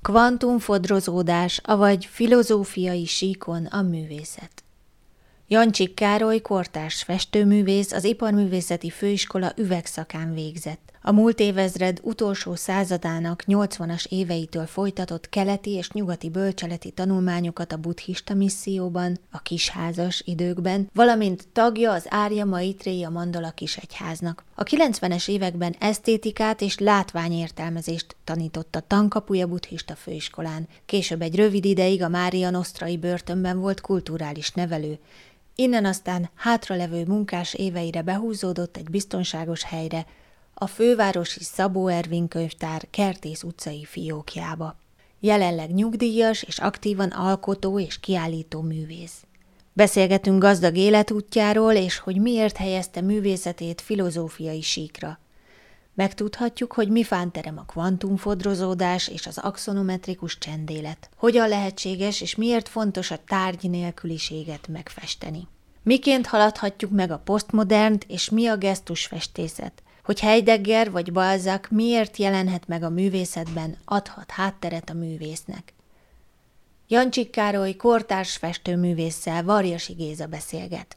Kvantumfodrozódás, avagy filozófiai síkon a művészet. Jancsik Károly kortárs festőművész az Iparművészeti Főiskola üvegszakán végzett. A múlt évezred utolsó századának 80-as éveitől folytatott keleti és nyugati bölcseleti tanulmányokat a buddhista misszióban, a kisházas időkben, valamint tagja az Árja Maitréja Mandala kisegyháznak. A 90-es években esztétikát és látványértelmezést tanított a Tankapuja buddhista főiskolán. Később egy rövid ideig a Mária Nostrai börtönben volt kulturális nevelő. Innen aztán hátralevő munkás éveire behúzódott egy biztonságos helyre, a fővárosi Szabó Ervin könyvtár Kertész utcai fiókjába. Jelenleg nyugdíjas és aktívan alkotó és kiállító művész. Beszélgetünk gazdag életútjáról, és hogy miért helyezte művészetét filozófiai síkra. Megtudhatjuk, hogy mi fánterem a kvantumfodrozódás és az axonometrikus csendélet. Hogyan lehetséges és miért fontos a tárgy nélküliséget megfesteni. Miként haladhatjuk meg a posztmodernt és mi a gesztusfestészet. Hogy Heidegger vagy Balzac miért jelenhet meg a művészetben, adhat hátteret a művésznek. Jancsik Károly kortárs festőművésszel Varjasi Géza beszélget.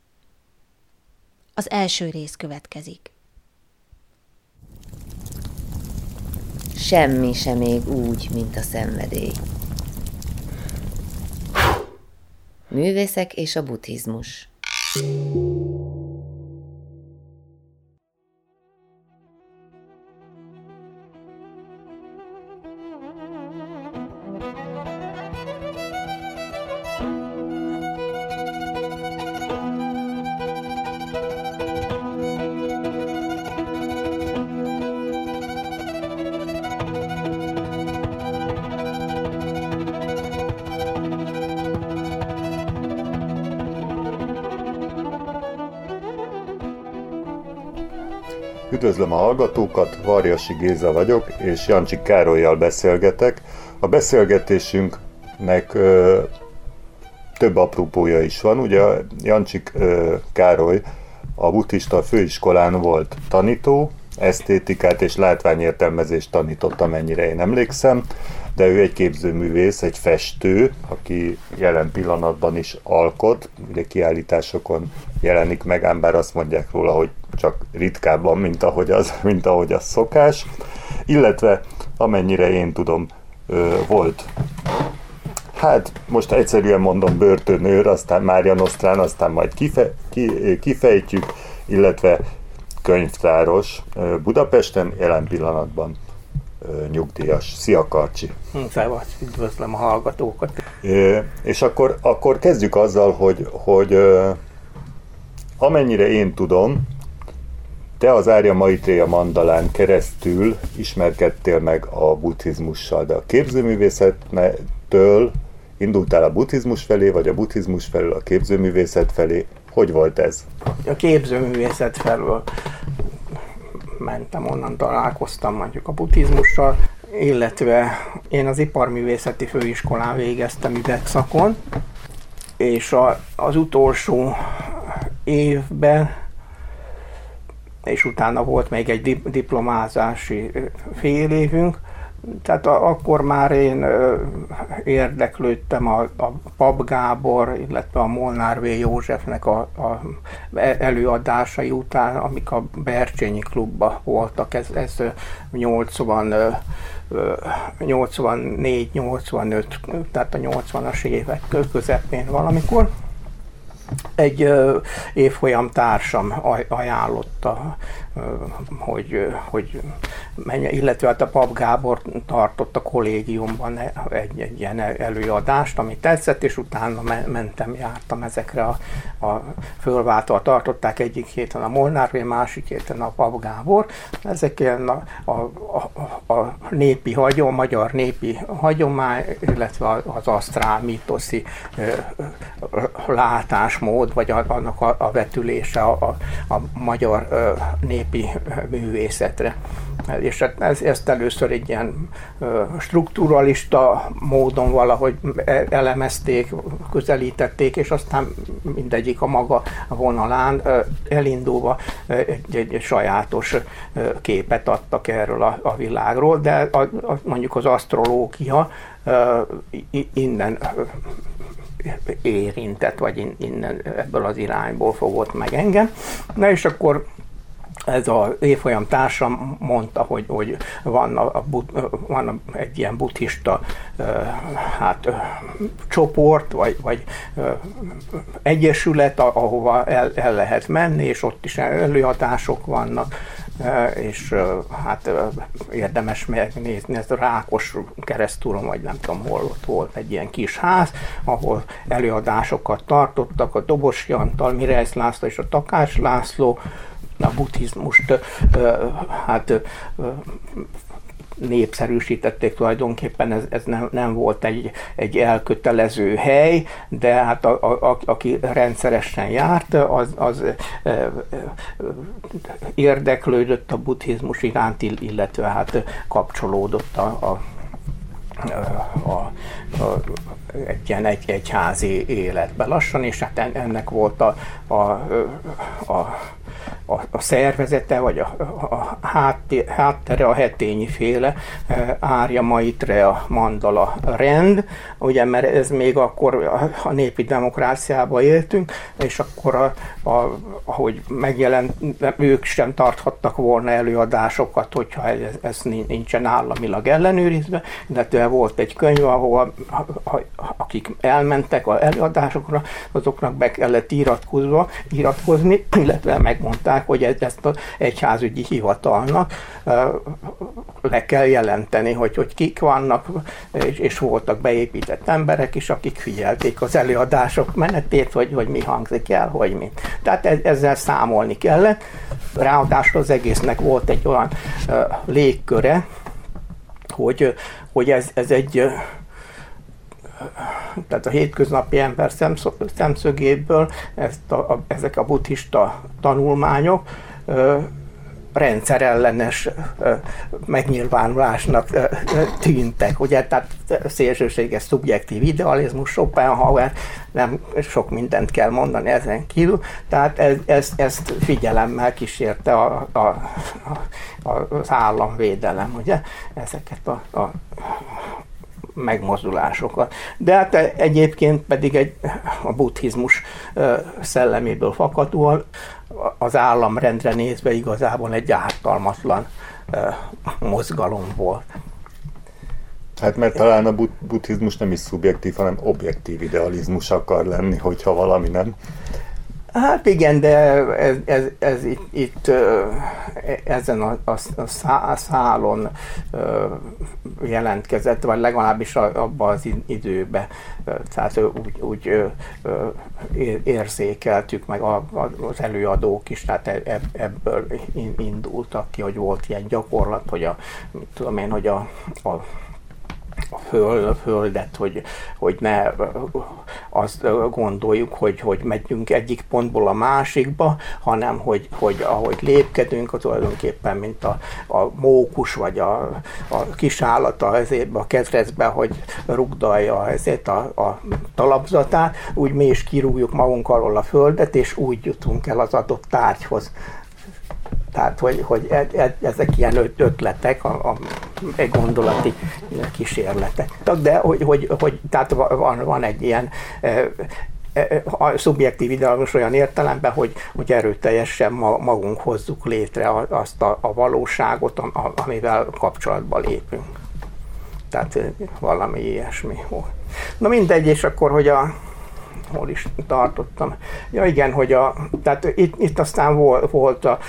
Az első rész következik. Semmi sem még úgy, mint a szenvedély. Művészek és a buddhizmus. Üdvözlöm a hallgatókat, Varjasi Géza vagyok, és Jancsik Károllyal beszélgetek. A beszélgetésünknek több apropója is van. Ugye Jancsik Károly a buddhista főiskolán volt tanító, esztétikát és látványértelmezést tanított, amennyire én emlékszem, de ő egy képzőművész, egy festő, aki jelen pillanatban is alkot, ugye kiállításokon jelenik meg, ám bár azt mondják róla, hogy csak ritkábban, mint ahogy az szokás, illetve amennyire én tudom, volt, hát most egyszerűen mondom, börtönőr, aztán Mária Nosztrán, aztán majd kifejtjük, illetve könyvtáros Budapesten, jelen pillanatban nyugdíjas. Szia, Karcsi! Szevasz, üdvözlöm a hallgatókat! És akkor kezdjük azzal, hogy amennyire én tudom, te az Árja Maitréja Mandalán keresztül ismerkedtél meg a buddhizmussal, de a képzőművészettől indultál a buddhizmus felé, vagy a buddhizmus felől a képzőművészet felé. Hogy volt ez? A képzőművészet felől mentem, onnan találkoztam mondjuk a buddhizmussal, illetve én az Iparművészeti Főiskolán végeztem üvegszakon, és az utolsó évben, és utána volt még egy diplomázási fél évünk, tehát akkor már én érdeklődtem a Pap Gábor, illetve a Molnár V. Józsefnek a előadásai után, amik a Bercsényi Klubban voltak, ez 84-85, tehát a 80-as évek közepén valamikor. Egy évfolyam társam ajánlotta, hogy menj, illetve hát a Pap Gábor tartott a kollégiumban egy ilyen előadást, ami tetszett, és utána jártam ezekre a fölváltva tartották egyik héten a Molnár V, másik héten a Pap Gábor. Ezek ilyen a népi magyar népi hagyomány, illetve az asztrál mítoszi látásmód, vagy annak a vetülése a magyar népi művészetre. És ezt először egy ilyen strukturalista módon valahogy elemezték, közelítették, és aztán mindegyik a maga vonalán elindulva egy sajátos képet adtak erről a világról, de mondjuk az asztrológia innen érintett, vagy innen ebből az irányból fogott meg engem. Na és akkor ez az évfolyam társam mondta, hogy van egy ilyen buddhista csoport, vagy egyesület, ahova el lehet menni, és ott is előadások vannak, és hát érdemes megnézni, ez a Rákos keresztúron, vagy nem tudom hol, ott volt egy ilyen kis ház, ahol előadásokat tartottak, a Dobosi Antal, Mireis László és a Takács László, a buddhizmust népszerűsítették tulajdonképpen, ez nem volt egy elkötelező hely, de hát aki rendszeresen járt, az érdeklődött a buddhizmus iránt, illetve hát kapcsolódott egy ilyen egyházi életbe lassan, és hát ennek volt a szervezete, vagy a háttere a Hetényi féle Árja Maitreya mandala rend, ugye, mert ez még akkor a népi demokráciában éltünk, és akkor ahogy megjelent, ők sem tarthattak volna előadásokat, hogyha ez nincsen államilag ellenőrizve, illetve volt egy könyv, ahol akik elmentek az előadásokra, azoknak be kellett iratkozni, illetve megmondták, hogy ezt az egyházügyi hivatalnak le kell jelenteni, hogy kik vannak, és voltak beépített emberek is, akik figyelték az előadások menetét, hogy mi hangzik el, hogy mi. Tehát ezzel számolni kellett. Ráadásul az egésznek volt egy olyan légköre, hogy ez egy, tehát a hétköznapi ember szemszögéből ezek a buddhista tanulmányok rendszerellenes megnyilvánulásnak tűntek, ugye, tehát szélsőséges szubjektív idealizmus, Schopenhauer, nem sok mindent kell mondani ezen kívül, tehát ezt figyelemmel kísérte az államvédelem, ugye, ezeket a megmozdulásokat. De hát egyébként pedig a buddhizmus szelleméből fakadóan az államrendre nézve igazából egy ártalmatlan mozgalom volt. Hát mert talán a buddhizmus nem is szubjektív, hanem objektív idealizmus akar lenni, hogyha valami nem. Hát igen, de ez itt ezen a szálon jelentkezett, vagy legalábbis abban az időben, tehát úgy érzékeltük, meg az előadók is, tehát ebből indultak ki, hogy volt ilyen gyakorlat, hogy a földet, hogy ne azt gondoljuk, hogy megyünk egyik pontból a másikba, hanem hogy ahogy lépkedünk, tulajdonképpen mint a mókus, vagy a kisállata ezért a ketrecbe, hogy rugdalja ezért a talapzatát, úgy mi is kirúgjuk magunk alól a földet, és úgy jutunk el az adott tárgyhoz. Tehát, hogy ezek ilyen ötletek, egy gondolati kísérletek. De hogy tehát van egy ilyen a szubjektív idealizmus olyan értelemben, hogy erőteljesen magunk hozzuk létre azt a valóságot, amivel kapcsolatba lépünk. Tehát valami ilyesmi volt. Na mindegy, és akkor, hogy hol is tartottam. Ja igen, hogy tehát itt aztán volt a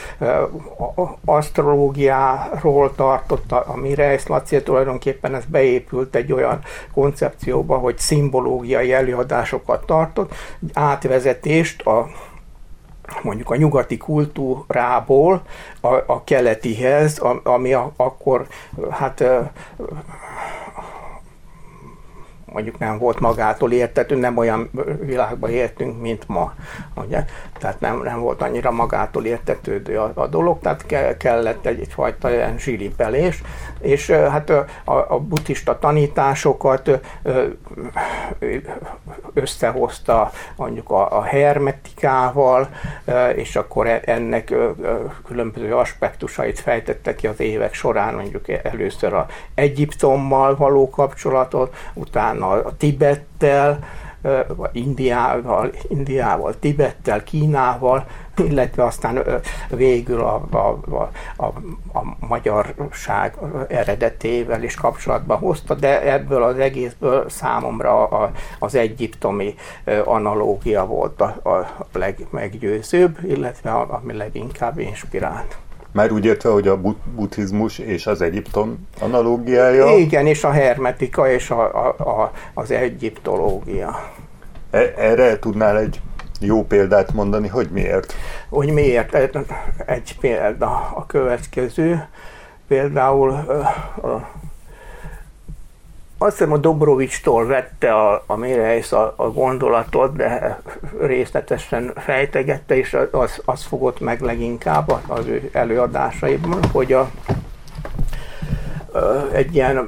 asztrológiáról tartott a Mireis Laci, tulajdonképpen ez beépült egy olyan koncepcióba, hogy szimbológiai előadásokat tartott, átvezetést mondjuk a nyugati kultúrából a keletihez, ami akkor hát mondjuk nem volt magától értető, nem olyan világban éltünk, mint ma. Ugye? Tehát nem volt annyira magától értetődő a dolog, tehát kellett egyfajta ilyen zsilipelés, és hát a buddhista tanításokat összehozta mondjuk a hermetikával, és akkor ennek különböző aspektusait fejtette ki az évek során, mondjuk először az Egyiptommal való kapcsolatot, utána a Tibettel, Indiával, Tibettel, Kínával, illetve aztán végül a magyarság eredetével is kapcsolatba hozta, de ebből az egészből számomra az egyiptomi analógia volt a legmeggyőzőbb, illetve ami leginkább inspirált. Már úgy értve, hogy a buddhizmus és az Egyiptom analógiája? Igen, és a hermetika és az egyiptológia. Erre tudnál egy jó példát mondani, hogy miért? Hogy miért? Egy példa a következő. Például azt hiszem a Dobrovics-tól vette a Mirelsz a gondolatot, de részletesen fejtegette, és az fogott meg leginkább az ő előadásaiban, hogy egy ilyen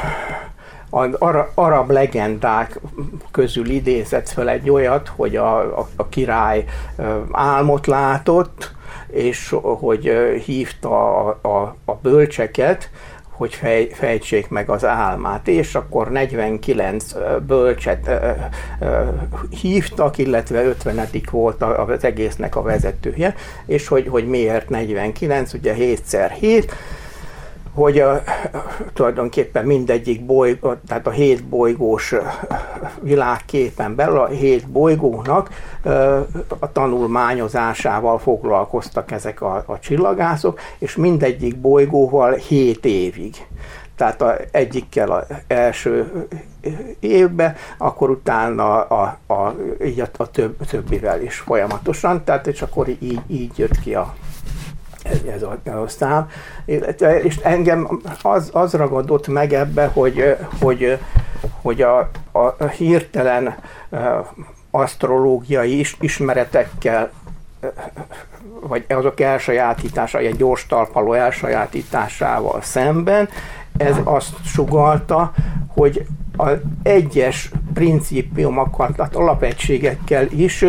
az arab legendák közül idézett fel egy olyat, hogy a király álmot látott, és hogy hívta a bölcseket, hogy fejtsék meg az álmát, és akkor 49 bölcset hívtak, illetve 50. volt az egésznek a vezetője, és hogy miért 49, ugye 7x7, hogy tulajdonképpen mindegyik bolygó, tehát a 7 bolygós világképen belül a 7 bolygónak a tanulmányozásával foglalkoztak ezek a csillagászok, és mindegyik bolygóval 7 évig. Tehát egyikkel az első évben, akkor utána így a többivel is folyamatosan, tehát és akkor így jött ki ez a szám, és engem az ragadott meg ebbe, hogy a hirtelen asztrológiai ismeretekkel, vagy azok elsajátítása, egy gyors talpaló elsajátításával szemben, ez azt sugallta, hogy az egyes principiumokkal, tehát alapegységekkel is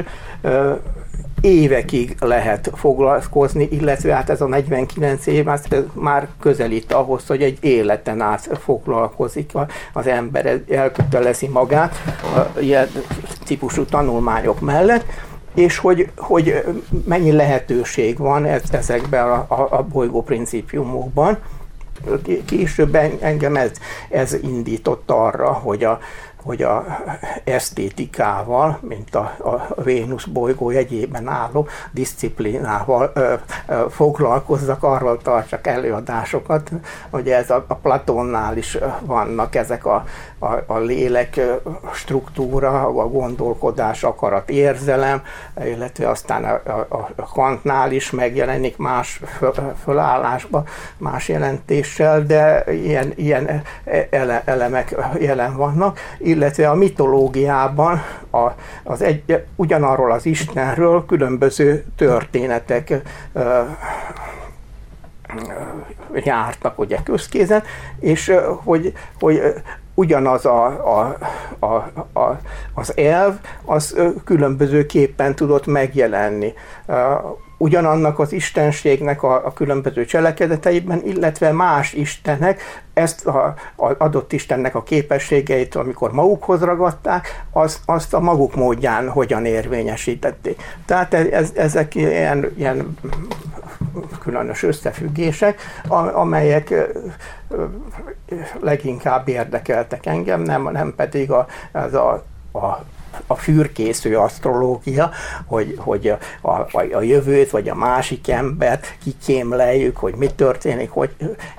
évekig lehet foglalkozni, illetve hát ez a 49 év már közelít ahhoz, hogy egy életen át foglalkozik az ember, elkötelezi magát ilyen típusú tanulmányok mellett, és hogy mennyi lehetőség van ezekben a bolygó principiumokban. Később engem ez indított arra, hogy a esztétikával, mint a Vénusz bolygó jegyében álló diszciplínával foglalkozzak, arról tartsak előadásokat, hogy ez a Platónnál is vannak ezek a lélek struktúra, a gondolkodás, akarat, érzelem, illetve aztán a Kantnál is megjelenik más fölállásban, más jelentéssel, de ilyen elemek jelen vannak, illetve a mitológiában ugyanarról az Istenről különböző történetek jártak ugye közkézen, és hogy ugyanaz az elv, az különbözőképpen tudott megjelenni. Ugyanannak az istenségnek a különböző cselekedeteiben, illetve más istenek ezt az adott istennek a képességeit, amikor magukhoz ragadták, azt a maguk módján hogyan érvényesítették. Tehát ezek ilyen különös összefüggések, amelyek leginkább érdekeltek engem, nem pedig a fürkésző asztrológia, hogy a jövőt, vagy a másik embert kikémleljük, hogy mi történik, hogy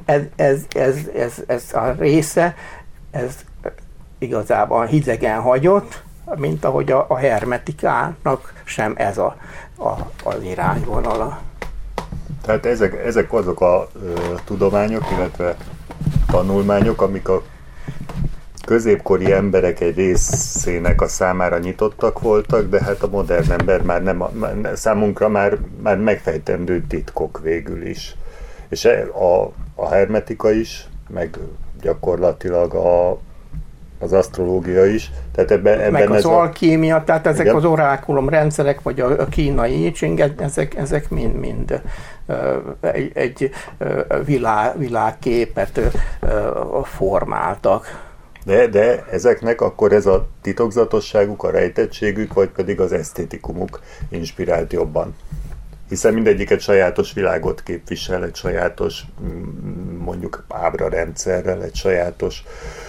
ez a része, ez igazából hidegen hagyott, mint ahogy a hermetikának sem ez az irányvonala. Tehát ezek azok a tudományok, illetve tanulmányok, amik a középkori emberek egy részének a számára nyitottak voltak, de hát a modern ember már nem, számunkra már megfejtendő titkok végül is. És a hermetika is, meg gyakorlatilag az asztrológia is. Tehát ebben meg az alkímia, tehát ezek igen? Az orákulum rendszerek, vagy a kínai I Ching, ezek mind egy világképet formáltak. De ezeknek akkor ez a titokzatosságuk, a rejtettségük, vagy pedig az esztétikumuk inspirált jobban? Hiszen mindegyik egy sajátos világot képvisel, egy sajátos mondjuk ábrarendszerrel, egy sajátos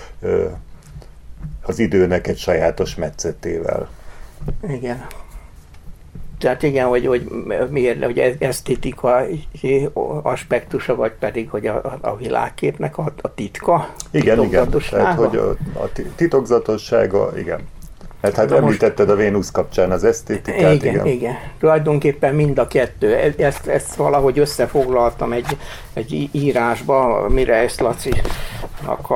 az időnek egy sajátos metszetével. Igen. Tehát igen, hogy miért, hogy esztétikai aspektusa, vagy pedig, hogy a világképnek a titka, igen, tehát hogy a titokzatossága, igen. Mert hát említetted a Vénusz kapcsán az esztétikát, igen. Tulajdonképpen mind a kettő. Ezt valahogy összefoglaltam egy írásba, Mireis Lacinak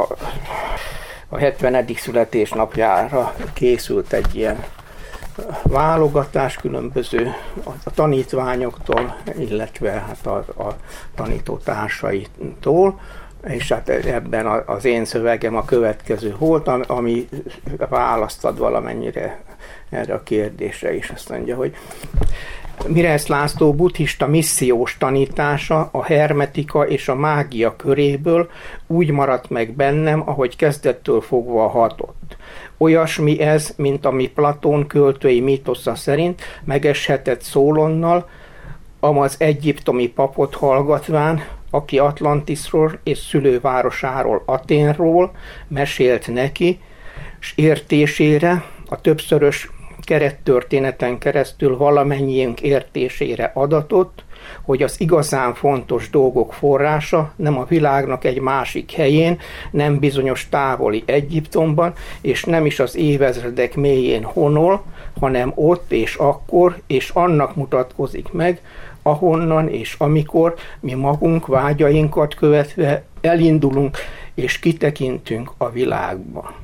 a 70. születésnapjára készült egy ilyen válogatás különböző a tanítványoktól, illetve hát a tanítótársaitól, és hát ebben az én szövegem a következő volt, ami választ ad valamennyire erre a kérdésre is. Azt mondja, hogy Mireis László buddhista missziós tanítása a hermetika és a mágia köréből úgy maradt meg bennem, ahogy kezdettől fogva hatott. Olyasmi ez, mint ami Platón költői mítosza szerint megeshetett Szólonnal, amaz egyiptomi papot hallgatván, aki Atlantisról és szülővárosáról, Athénról mesélt neki, s értésére, a többszörös kerettörténeten keresztül valamennyiünk értésére adatot, hogy az igazán fontos dolgok forrása nem a világnak egy másik helyén, nem bizonyos távoli Egyiptomban, és nem is az évezredek mélyén honol, hanem ott és akkor, és annak mutatkozik meg, ahonnan és amikor mi magunk vágyainkat követve elindulunk és kitekintünk a világba.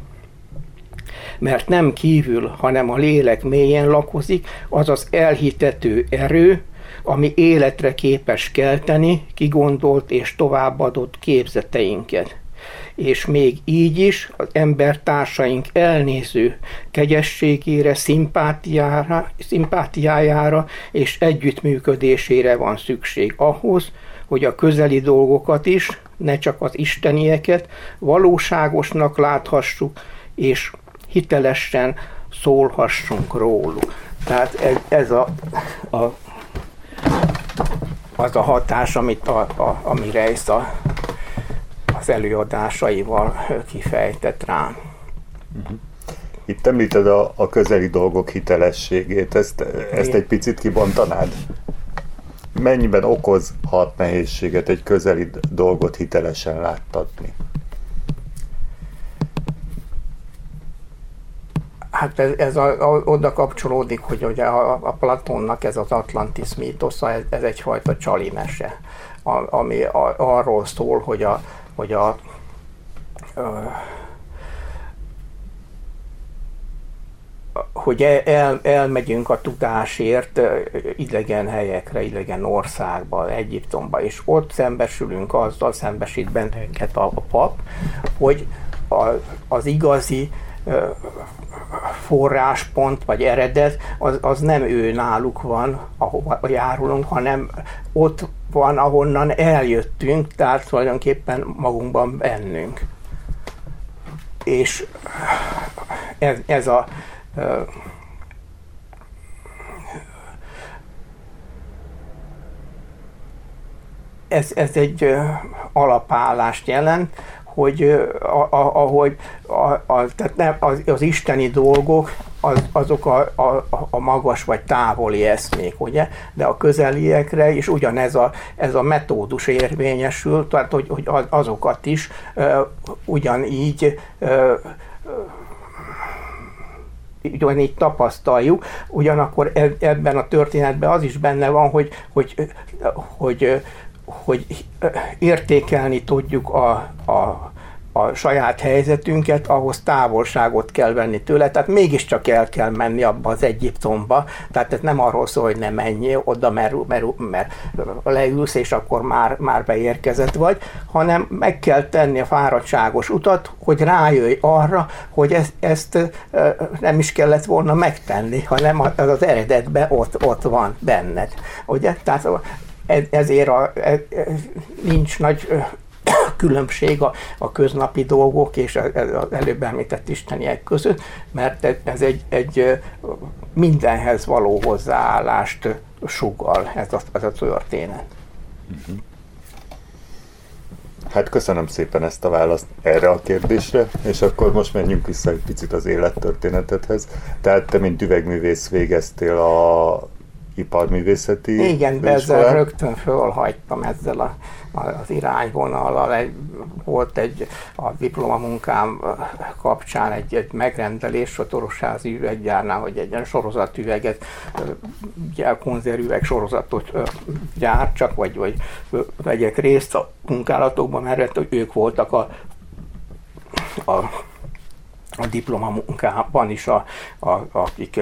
Mert nem kívül, hanem a lélek mélyen lakozik, az az elhitető erő, ami életre képes kelteni kigondolt és továbbadott képzeteinket. És még így is az embertársaink elnéző kegyességére, szimpátiájára és együttműködésére van szükség ahhoz, hogy a közeli dolgokat is, ne csak az istenieket valóságosnak láthassuk, és hitelesen szólhassunk róluk. Tehát ez az a hatás, amit a Mireis az előadásaival kifejtett rám. Itt említed a közeli dolgok hitelességét, ezt egy picit kibontanád? Mennyiben okozhat nehézséget egy közeli dolgot hitelesen láttatni? Hát ez oda kapcsolódik, hogy ugye a Platónnak ez az Atlantis mítosza, ez egyfajta csali mese, ami arról szól, hogy elmegyünk a tudásért idegen helyekre, idegen országba, Egyiptomba, és ott szembesülünk, azzal szembesít bennünket a pap, hogy az igazi forráspont vagy eredet, az nem ő náluk van, ahova járulunk, hanem ott van, ahonnan eljöttünk, tehát tulajdonképpen magunkban bennünk. És ez egy alapállást jelent, hogy tehát nem, az isteni dolgok, azok a magas vagy távoli eszmék, ugye? De a közeliekre is ugyanez a metódus érvényesül, tehát hogy azokat is ugyanígy tapasztaljuk, ugyanakkor ebben a történetben az is benne van, hogy értékelni tudjuk a saját helyzetünket, ahhoz távolságot kell venni tőle, tehát mégiscsak el kell menni abba az Egyiptomba, tehát ez nem arról szól, hogy ne menjél oda, mert leülsz, és akkor már beérkezett vagy, hanem meg kell tenni a fáradtságos utat, hogy rájöjj arra, hogy ezt nem is kellett volna megtenni, hanem az eredetben ott van benned. Ugye? Tehát ezért nincs nagy különbség a köznapi dolgok és az előbb említett isteniek között, mert ez egy mindenhez való hozzáállást sugall ez a történet. Hát köszönöm szépen ezt a választ erre a kérdésre, és akkor most menjünk vissza egy picit az élettörténetedhez. Tehát te, mint üvegművész végeztél a iparművészeti Igen, de ezzel rögtön fölhagytam ezzel az irányvonallal. Volt a diplomamunkám kapcsán egy megrendelés a Torosházi üveggyárnál, hogy egy ilyen sorozatüveget, konzervüveg sorozatot gyártsak, vagy vegyek részt a munkálatokban, mert ők voltak a diplomamunkában is, akik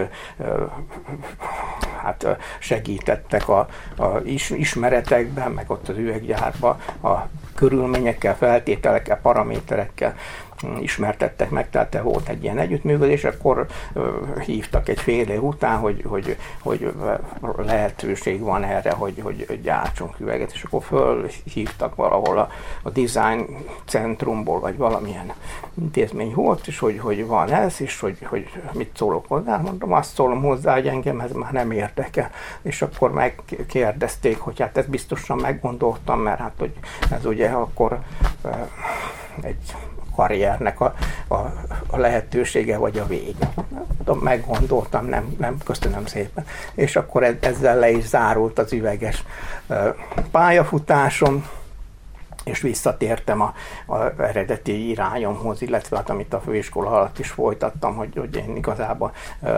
hát segítettek a ismeretekben, meg ott az üveggyárban a körülményekkel, feltételekkel, paraméterekkel ismertettek meg, tehát volt egy ilyen együttműködés, akkor hívtak egy fél év után, hogy lehetőség van erre, hogy gyártsunk üveget, és akkor fölhívtak valahol a design centrumból, vagy valamilyen intézmény volt, és hogy van ez, és hogy mit szólok hozzá, mondom, azt szólom hozzá, hogy engem ez már nem érdekel, és akkor megkérdezték, hogy hát ezt biztosan meggondoltam, mert hát hogy ez ugye akkor egy karriernek a lehetősége vagy a vége. Meggondoltam, nem, köszönöm szépen. És akkor ezzel le is zárult az üveges pályafutásom, és visszatértem az eredeti irányomhoz, illetve hát, amit a főiskola alatt is folytattam, hogy én igazából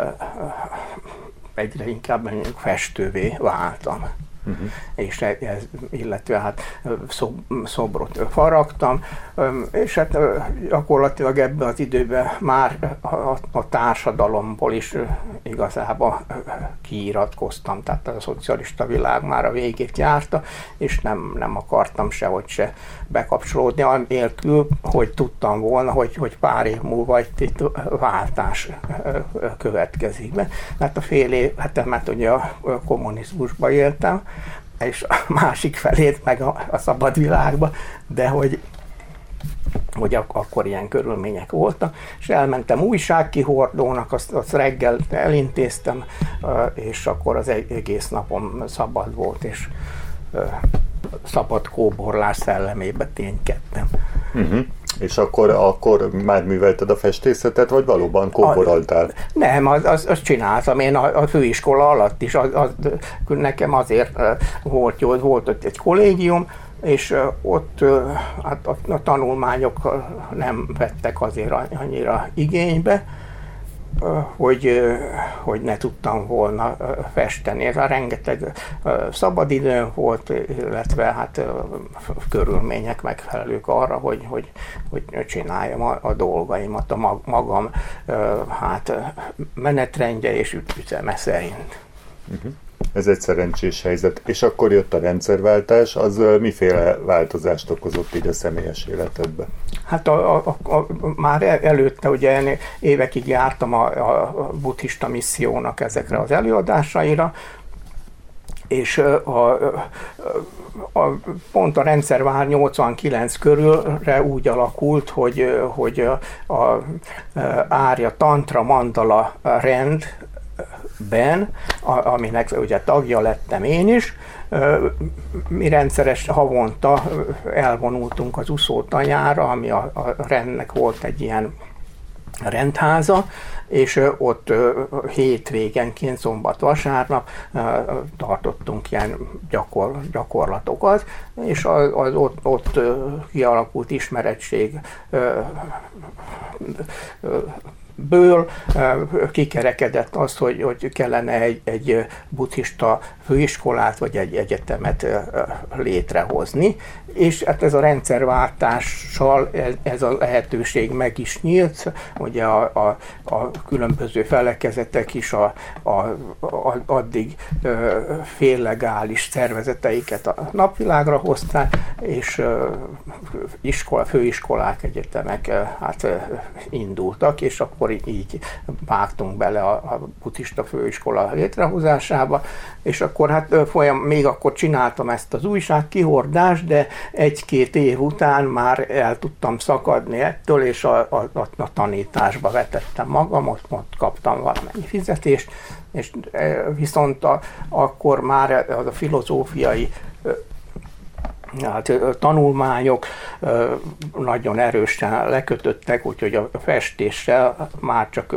egyre inkább festővé váltam. És illetve hát szobrot faragtam, és hát gyakorlatilag ebben az időben már a társadalomból is igazából kiiratkoztam, tehát a szocialista világ már a végét járta, és nem akartam sehogy se bekapcsolódni, anélkül, hogy tudtam volna, hogy pár év múlva itt váltás következik be. Hát a fél évemet ugye a kommunizmusba éltem, és a másik felét meg a szabad világba, de hogy akkor ilyen körülmények voltak, és elmentem újságkihordónak, azt reggel elintéztem, és akkor az egész napom szabad volt, és szabad kóborlás szellemébe ténykedtem. És akkor már művelted a festészet, vagy valóban kóboroltál? Nem, azt csináltam én a főiskola alatt is. Nekem azért volt jó, volt ott egy kollégium, és ott hát a tanulmányok nem vettek azért annyira igénybe, hogy ne tudtam volna festeni. Ez a rengeteg szabadidőm volt, illetve hát körülmények megfelelők arra, hogy csináljam a dolgaimat a magam hát menetrendje és üzeme szerint. Ez egy szerencsés helyzet. És akkor jött a rendszerváltás, az miféle változást okozott így a személyes életedbe? Hát már előtte ugye évekig jártam a buddhista missziónak ezekre az előadásaira, és pont a rendszervál 89 körülre úgy alakult, hogy a Árja Tantra Mandala rendben, aminek ugye tagja lettem én is, mi rendszeres havonta elvonultunk az Uszótanyára, ami a rendnek volt egy ilyen rendháza, és ott hétvégenként, szombat-vasárnap tartottunk ilyen gyakorlatokat, és az ott kialakult ismerettség ből kikerekedett az, hogy kellene egy buddhista főiskolát vagy egy egyetemet létrehozni, és hát ez a rendszerváltással ez a lehetőség meg is nyílt, ugye a különböző felekezetek is addig féllegális szervezeteiket a napvilágra hozták, és főiskolák, egyetemek hát indultak, és akkor így vágtunk bele a buddhista főiskola létrehozásába, és akkor hát még akkor csináltam ezt az újságkihordást, de 1-2 év után már el tudtam szakadni ettől, és a tanításba vetettem magam, ott kaptam valamennyi fizetést, és viszont akkor már az a filozófiai tanulmányok nagyon erősen lekötöttek, úgyhogy a festéssel már csak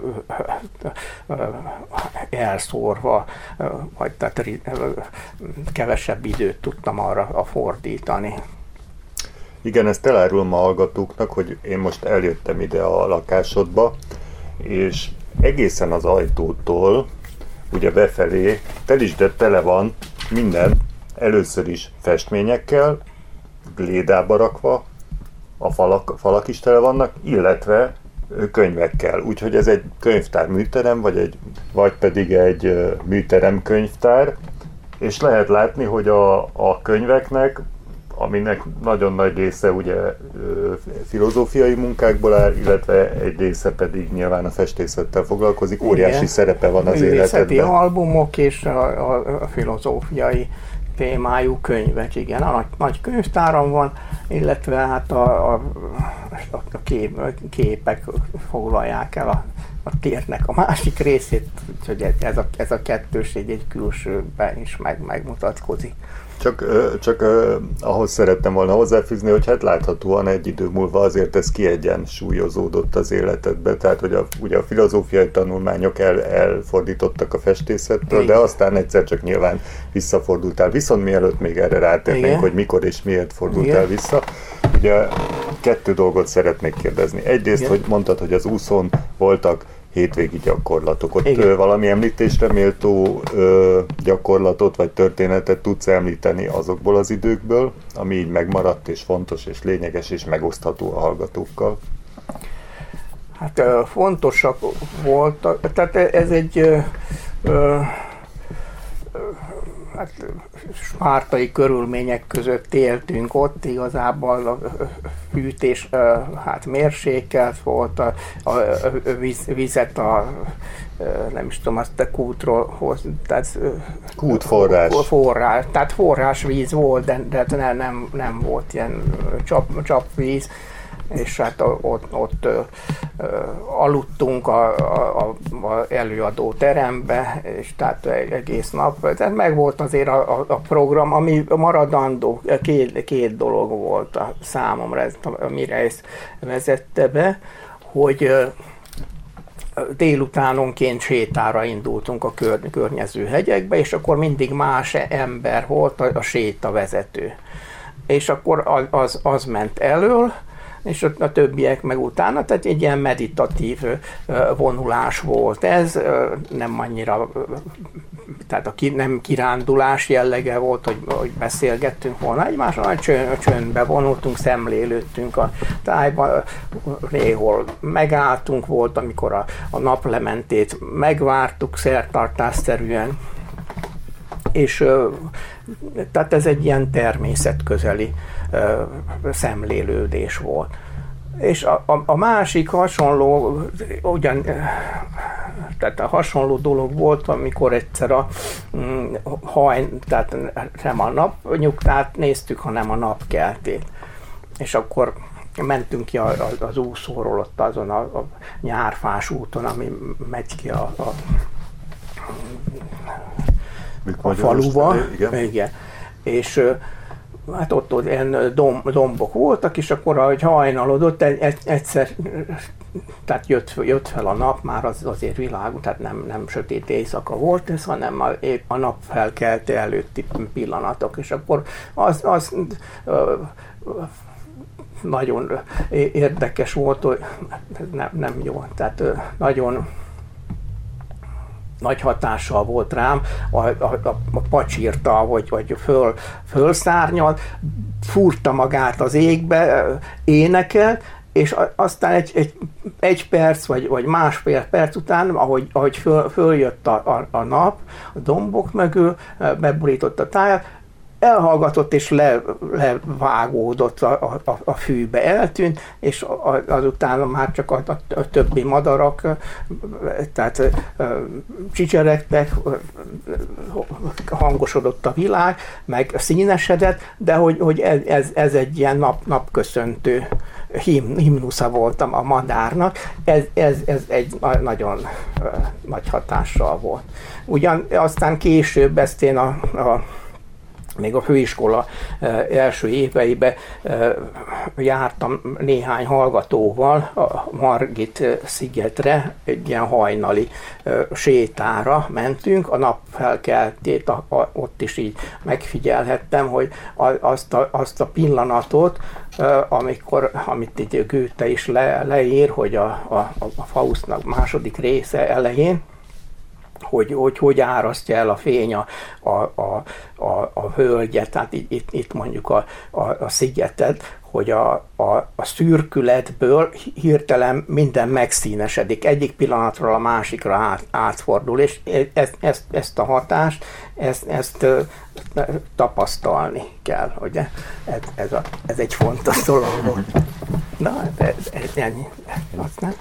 elszórva, vagy tehát kevesebb időt tudtam arra fordítani. Igen, ezt elárulom a hallgatóknak, hogy én most eljöttem ide a lakásodba, és egészen az ajtótól, ugye befelé, tele van minden, először is festményekkel, glédába rakva, a falak is tele vannak, illetve könyvekkel. Úgyhogy ez egy könyvtár-műterem, vagy pedig egy műterem-könyvtár, és lehet látni, hogy a könyveknek, aminek nagyon nagy része ugye filozófiai munkákból áll, illetve egy része pedig nyilván a festészettel foglalkozik, óriási igen, szerepe van az életedben. Albumok és a filozófiai témájú könyvek, igen. A nagy könyvtáram van, illetve hát a képek foglalják el a térnek a másik részét, úgyhogy ez a kettőség egy külsőben is megmutatkozik. Csak ahhoz szerettem volna hozzáfűzni, hogy hát láthatóan egy idő múlva azért ez kiegyensúlyozódott az életedbe, tehát hogy ugye a filozófiai tanulmányok elfordítottak a festészettől, de aztán egyszer csak nyilván visszafordultál. Viszont mielőtt még erre rátérnénk, hogy mikor és miért fordultál vissza, ugye 2 dolgot szeretnék kérdezni. Egyrészt, hogy mondtad, hogy az úszón voltak hétvégi gyakorlatok. Ott valami említésre méltó gyakorlatot vagy történetet tudsz említeni azokból az időkből, ami így megmaradt és fontos és lényeges és megosztható a hallgatókkal? Hát fontosak voltak, tehát ez egy hát spártai körülmények között éltünk ott, igazából a fűtés hát mérsékelt volt, a vizet nem is tudom, azt a kútról hoz, tehát kútforrás. Tehát forrásvíz volt, de nem volt ilyen csapvíz, és hát ott aludtunk a előadó terembe, és tehát egész nap, tehát meg volt azért a program, ami maradandó, két dolog volt a számomra, amire ezt vezette be, hogy délutánonként sétára indultunk a környező hegyekbe, és akkor mindig más ember volt a sétavezető. És akkor az ment elől, és a többiek meg utána, tehát egy ilyen meditatív vonulás volt ez, nem annyira, tehát nem kirándulás jellege volt, hogy beszélgettünk volna egymással, hanem csöndbe vonultunk, szemlélődtünk a tájban, néhol megálltunk, volt, amikor a naplementét megvártuk szertartásszerűen, és tehát ez egy ilyen természetközeli szemlélődés volt. És a másik hasonló, tehát a hasonló dolog volt, amikor egyszer tehát nem a napnyugtát néztük, hanem a napkeltét. És akkor mentünk ki az úszóról ott azon a nyárfás úton, ami megy ki a faluba. Igen. És hát ott ilyen dombok voltak, és akkor, ahogy hajnalodott, egyszer tehát jött fel a nap, már azért világos, tehát nem sötét éjszaka volt ez, hanem épp a nap felkelte előtti pillanatok, és akkor nagyon érdekes volt, hogy nem jó, tehát nagyon nagy hatással volt rám, a pacsírta, vagy fölszárnyalt, fúrta magát az égbe, énekelt, és aztán egy perc, vagy másfél perc után, ahogy följött a nap, a dombok mögül, beborított a tájat, elhallgatott és levágódott a fűbe, eltűnt, és azután már csak a többi madarak, tehát csicseregtek, hangosodott a világ, meg színesedett, de hogy ez egy ilyen napköszöntő himnusza volt a madárnak, ez egy nagyon nagy hatással volt. Ugyan aztán később ezt én még a főiskola első éveiben jártam néhány hallgatóval a Margit szigetre, egy ilyen hajnali sétára mentünk, a nap felkeltét ott is így megfigyelhettem, hogy azt a pillanatot, amit itt Goethe is leír, hogy a Faustnak második része elején, hogy árasztja el a fény a völgyet, tehát itt mondjuk a szigetet, hogy a szürkületből hirtelen minden megszínesedik, egyik pillanatról a másikra átfordul, és ezt a hatást, ezt tapasztalni kell, ugye? Ez egy fontos dolog volt. Na, ez ennyi. Aztán.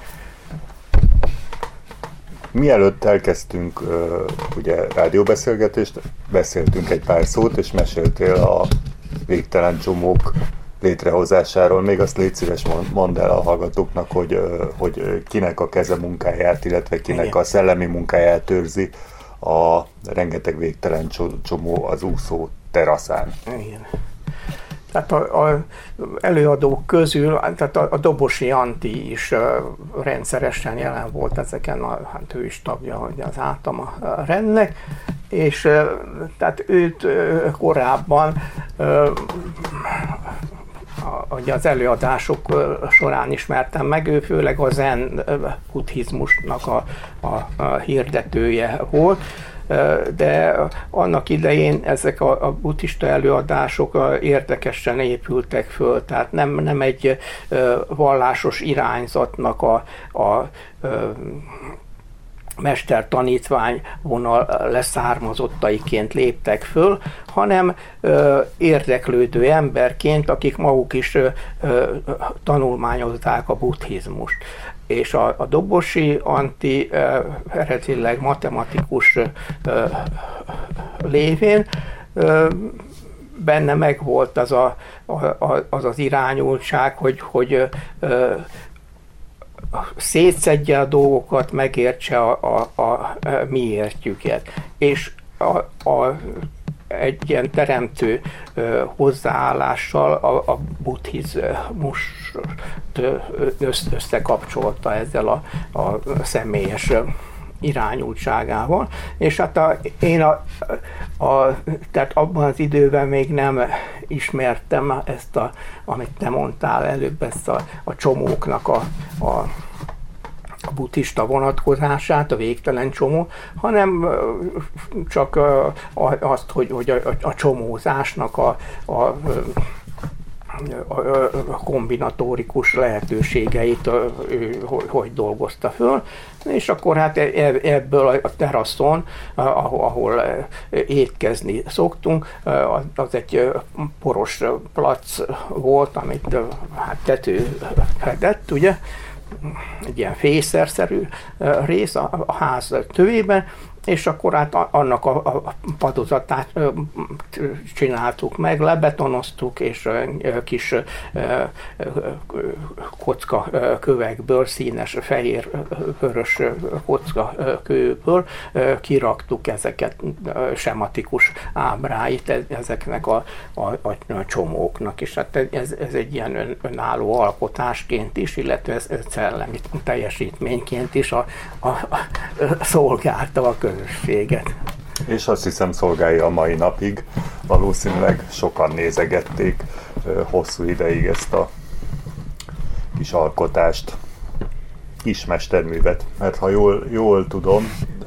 Mielőtt elkezdtünk ugye rádióbeszélgetést, beszéltünk egy pár szót, és meséltél a végtelen csomók létrehozásáról. Még azt légy szíves, mondd el a hallgatóknak, hogy kinek a keze munkáját, illetve kinek a szellemi munkáját őrzi a rengeteg végtelen csomó az úszó teraszán. Igen. Tehát az előadók közül, tehát a Dobosi Antti is rendszeresen jelen volt ezeken, hát ő is tagja hogy az Átama rendnek, és tehát őt korábban az előadások során ismertem meg, ő főleg a zen buddhizmusnak a hirdetője volt, de annak idején ezek a buddhista előadások érdekesen épültek föl, tehát nem egy vallásos irányzatnak a mester-tanítvány vonal leszármazottaiként léptek föl, hanem érdeklődő emberként, akik maguk is tanulmányozták a buddhizmust. És a Dobosi Antti eredetileg matematikus lévén benne megvolt az irányultság, hogy szétszedje a dolgokat, megértse a miértjüket. És egy ilyen teremtő hozzáállással a buddhizmust összekapcsolta ezzel a személyes irányultságával, és hát tehát abban az időben még nem ismertem ezt amit te mondtál előbb, ezt a csomóknak a buddhista vonatkozását, a végtelen csomó, hanem csak azt, hogy a csomózásnak a kombinatórikus lehetőségeit hogy dolgozta föl, és akkor hát ebből a teraszon, ahol étkezni szoktunk, az egy poros plac volt, amit hát tető fedett, ugye, egy ilyen fészerszerű rész a ház tövében, és akkor hát annak a padozatát csináltuk meg, lebetonoztuk, és kis kocka kövekből, színes, fehér, vörös kocka kőből kiraktuk ezeket, sematikus ábráit ezeknek a csomóknak, és hát ez egy ilyen önálló alkotásként is, illetve ez szellemi teljesítményként is szolgálta a közösséget. És azt hiszem szolgálja a mai napig. Valószínűleg sokan nézegették hosszú ideig ezt a kis alkotást, kis mesterművet, mert ha jól tudom,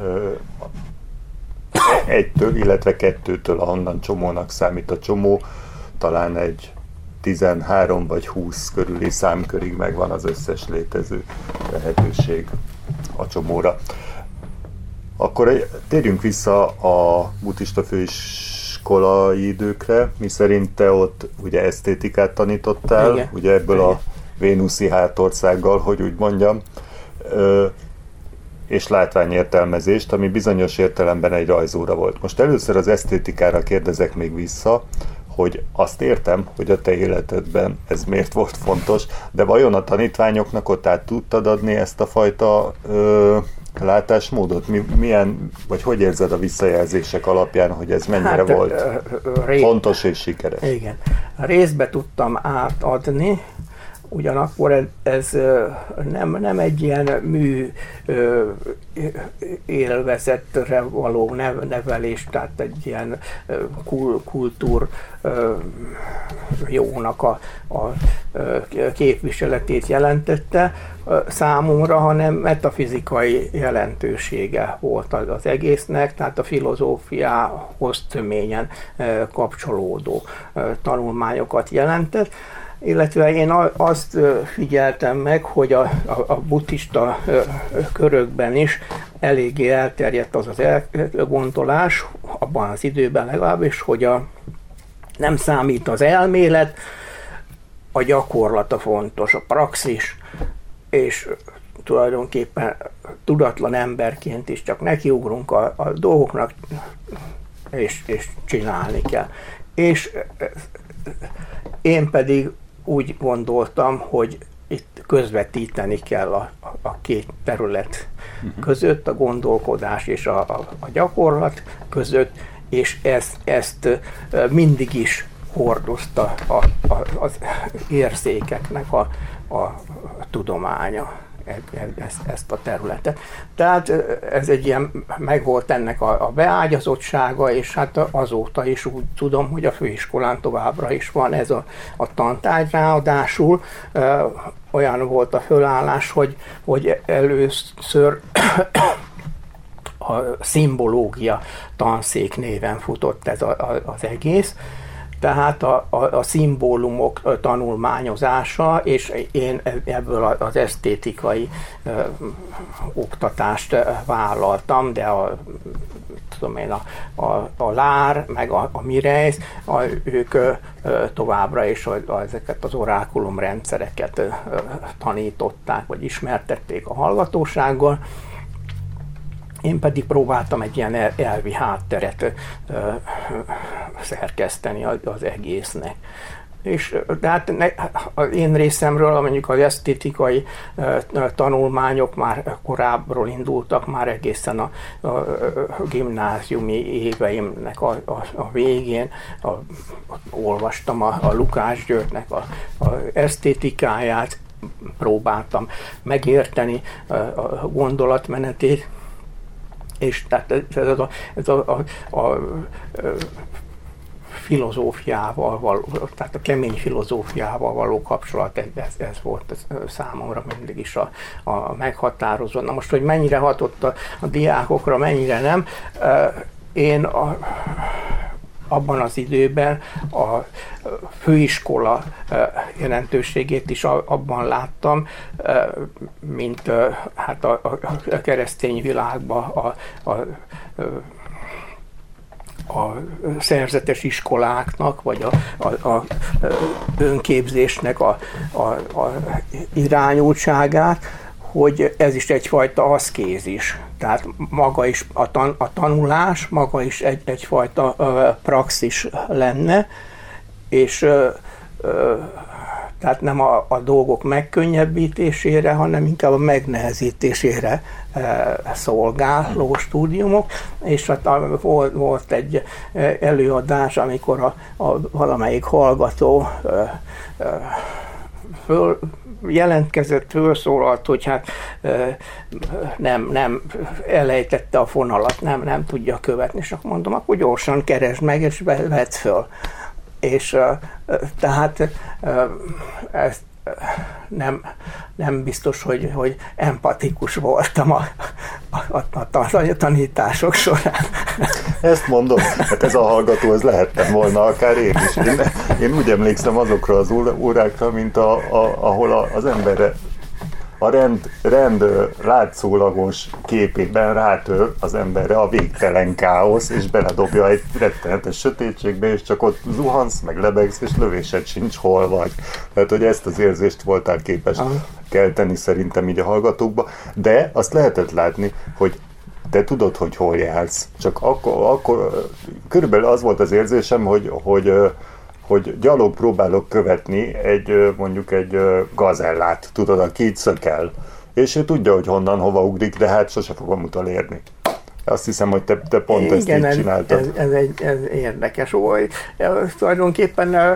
egytől, illetve kettőtől, ahonnan csomónak számít a csomó, talán egy 13 vagy 20 körüli számkörig megvan az összes létező lehetőség a csomóra. Akkor térjünk vissza a buddhista főiskolai időkre, miszerint te ott ugye esztétikát tanítottál, igen, ugye ebből igen. A vénuszi hátországgal, hogy úgy mondjam, és látványértelmezést, ami bizonyos értelemben egy rajzóra volt. Most először az esztétikára kérdezek még vissza, hogy azt értem, hogy a te életedben ez miért volt fontos, de vajon a tanítványoknak ott át tudtad adni ezt a fajta látásmódot? Milyen, vagy hogy érzed a visszajelzések alapján, hogy ez mennyire volt fontos és sikeres? Igen. Részbe tudtam átadni, ugyanakkor ez nem egy ilyen mű élvezetre való nevelés, tehát egy ilyen kultúr jónak a képviseletét jelentette számomra, hanem metafizikai jelentősége volt az egésznek, tehát a filozófiához töményen kapcsolódó tanulmányokat jelentett. Illetve én azt figyeltem meg, hogy a buddhista körökben is eléggé elterjedt az elgondolás, abban az időben legalábbis, hogy nem számít az elmélet, a gyakorlata fontos, a praxis, és tulajdonképpen tudatlan emberként is csak nekiugrunk a dolgoknak, és csinálni kell. És én pedig úgy gondoltam, hogy itt közvetíteni kell a két terület között, a gondolkodás és a gyakorlat között, és ezt mindig is hordozta az érzékeknek a tudománya, ezt a területet. Tehát ez egy ilyen, megvolt ennek a beágyazottsága, és hát azóta is úgy tudom, hogy a főiskolán továbbra is van ez a tantárgy, ráadásul olyan volt a fölállás, hogy először a szimbológia tanszék néven futott ez az egész, tehát a szimbólumok tanulmányozása, és én ebből az esztétikai oktatást vállaltam, de a Lár, meg a Mirejsz, ők továbbra is ezeket az orákulum rendszereket tanították, vagy ismertették a hallgatósággal. Én pedig próbáltam egy ilyen elvi hátteret szerkeszteni az egésznek. És de hát az én részemről, mondjuk az esztétikai tanulmányok már korábbról indultak, már egészen a gimnáziumi éveimnek a végén. Olvastam a Lukács Györgynek a esztétikáját, próbáltam megérteni a gondolatmenetét, és tehát ez a filozófiával való, tehát a kemény filozófiával való kapcsolat, ez volt számomra mindig is a meghatározó. Na most, hogy mennyire hatott a diákokra, mennyire nem, én abban az időben a főiskola jelentőségét is abban láttam, mint hát a keresztény világban a szerzetes iskoláknak, vagy a önképzésnek a irányultságát, hogy ez is egyfajta aszkézis. Tehát maga is a tanulás, maga is egyfajta praxis lenne, és tehát nem a dolgok megkönnyebbítésére, hanem inkább a megnehezítésére szolgáló stúdiumok. És hát volt egy előadás, amikor valamelyik hallgató jelentkezett, fölszólalt, hogy hát nem elejtette a fonalat, nem tudja követni, és akkor mondom, akkor gyorsan keresd meg, és vedd föl. És tehát nem biztos, hogy empatikus voltam a tanítások során. Ezt mondom, hát ez a hallgató, ez lehettem volna akár én is. Én úgy emlékszem azokra az órákra, mint ahol az emberre a rend látszólagos képében rátör az emberre a végtelen káosz, és beledobja egy rettenetes sötétségbe, és csak ott zuhansz, meg lebegsz, és lövésed sincs, hol vagy. Tehát, hogy ezt az érzést voltál képes kelteni szerintem így a hallgatókba, de azt lehetett látni, hogy te tudod, hogy hol jársz. Csak akkor körülbelül az volt az érzésem, hogy gyalog próbálok követni mondjuk egy gazellát, tudod, aki így szökel. És ő tudja, hogy honnan, hova ugrik, de hát sose fogom utolérni. Azt hiszem, hogy te pont ezt így csináltad. Ez érdekes volt. Tulajdonképpen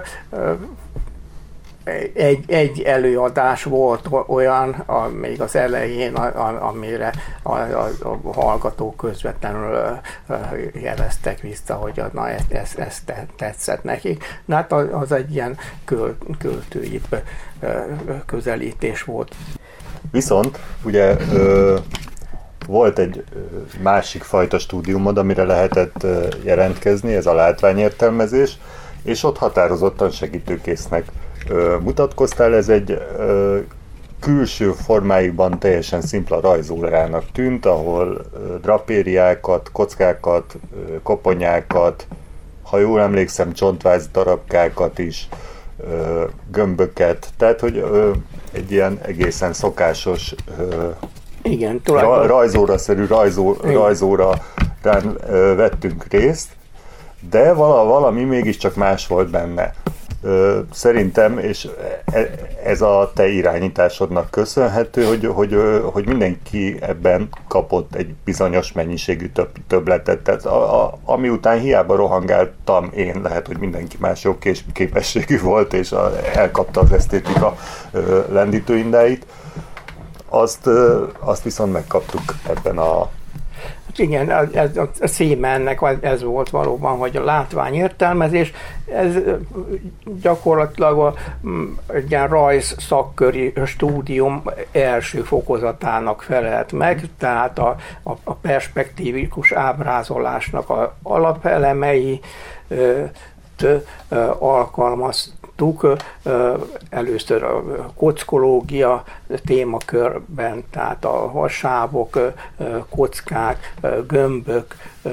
egy előadás volt olyan, még az elején, amire a hallgatók közvetlenül jeleztek vissza, hogy na, ez tetszett nekik. Na, hát az egy ilyen költői közelítés volt. Viszont ugye volt egy másik fajta stúdiumod, amire lehetett jelentkezni, ez a látványértelmezés, és ott határozottan segítőkésznek mutatkoztál. Ez egy külső formáiban teljesen szimpla rajzórának tűnt, ahol drapériákat, kockákat, koponyákat, ha jól emlékszem, csontváz darabkákat is, gömböket, tehát hogy egy ilyen egészen szokásos igen, rajzóraszerű rajzórán vettünk részt, de valami mégiscsak más volt benne. Szerintem, és ez a te irányításodnak köszönhető, hogy mindenki ebben kapott egy bizonyos mennyiségű többletet. Tehát ami után hiába rohangáltam én, lehet, hogy mindenki más jó képességű volt, és elkapta az esztétika lendítőindáit. Azt viszont megkaptuk ebben a... Igen, a címe ennek ez volt valóban, hogy a látványértelmezés, ez gyakorlatilag egy ilyen rajz szakköri stúdium első fokozatának felelt meg, tehát a perspektívikus ábrázolásnak az alapelemei alkalmaztuk. Először a kockológia témakörben, tehát a sávok, kockák, gömbök,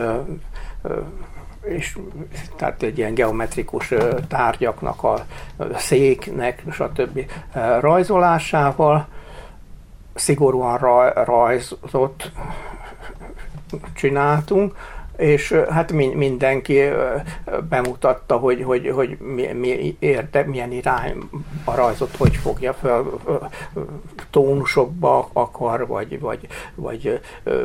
és tehát egy ilyen geometrikus tárgyaknak, a széknek, stb. Rajzolásával szigorúan rajzot csináltunk, és hát mindenki bemutatta, hogy milyen irány a rajzot, hogy fogja fel, tónusokba akar, vagy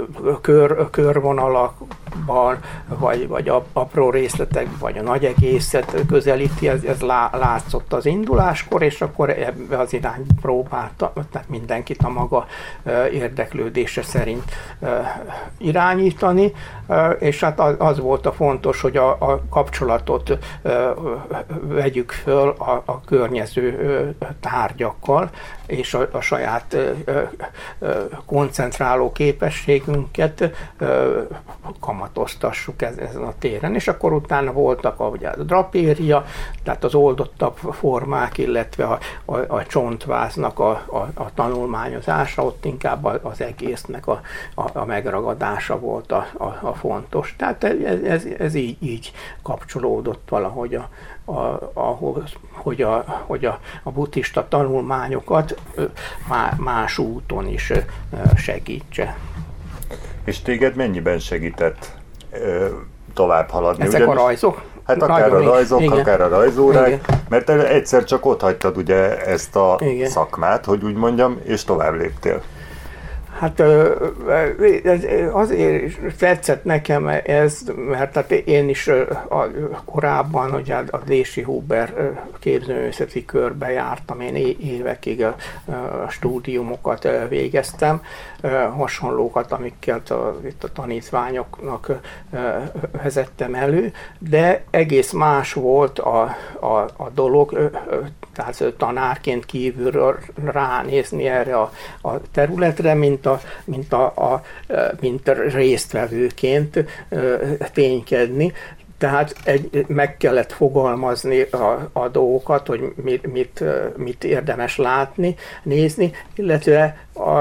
körvonalakban, vagy apró részletek, vagy a nagy egészet közelíti, ez látszott az induláskor, és akkor ebbe az irányba próbálta, tehát mindenkit a maga érdeklődése szerint irányítani, és hát az volt a fontos, hogy a kapcsolatot vegyük föl a környező tárgyakkal, és a saját koncentráló képességünket kamatoztassuk ezen a téren. És akkor utána voltak a drapéria, tehát az oldottabb formák, illetve a csontváznak a tanulmányozása, ott inkább az egésznek a megragadása volt a fontos. Tehát ez így kapcsolódott valahogy ahhoz, hogy a buddhista tanulmányokat más úton is segítse. És téged mennyiben segített tovább haladni? Ezek a rajzok? Hát akár a rajzok, igen, akár a rajzórák, igen, mert te egyszer csak ott hagytad ugye ezt a igen, szakmát, hogy úgy mondjam, és tovább léptél. Hát azért tetszett nekem ez, mert hát én is korábban ugye a Dési Huber képzőművészeti körbe jártam, én évekig a stúdiumokat végeztem, hasonlókat, amiket itt a tanítványoknak vezettem elő, de egész más volt a dolog, tehát tanárként kívülről ránézni erre a területre, mint résztvevőként ténykedni. Tehát meg kellett fogalmazni a dolgokat, hogy mit érdemes látni, nézni, illetve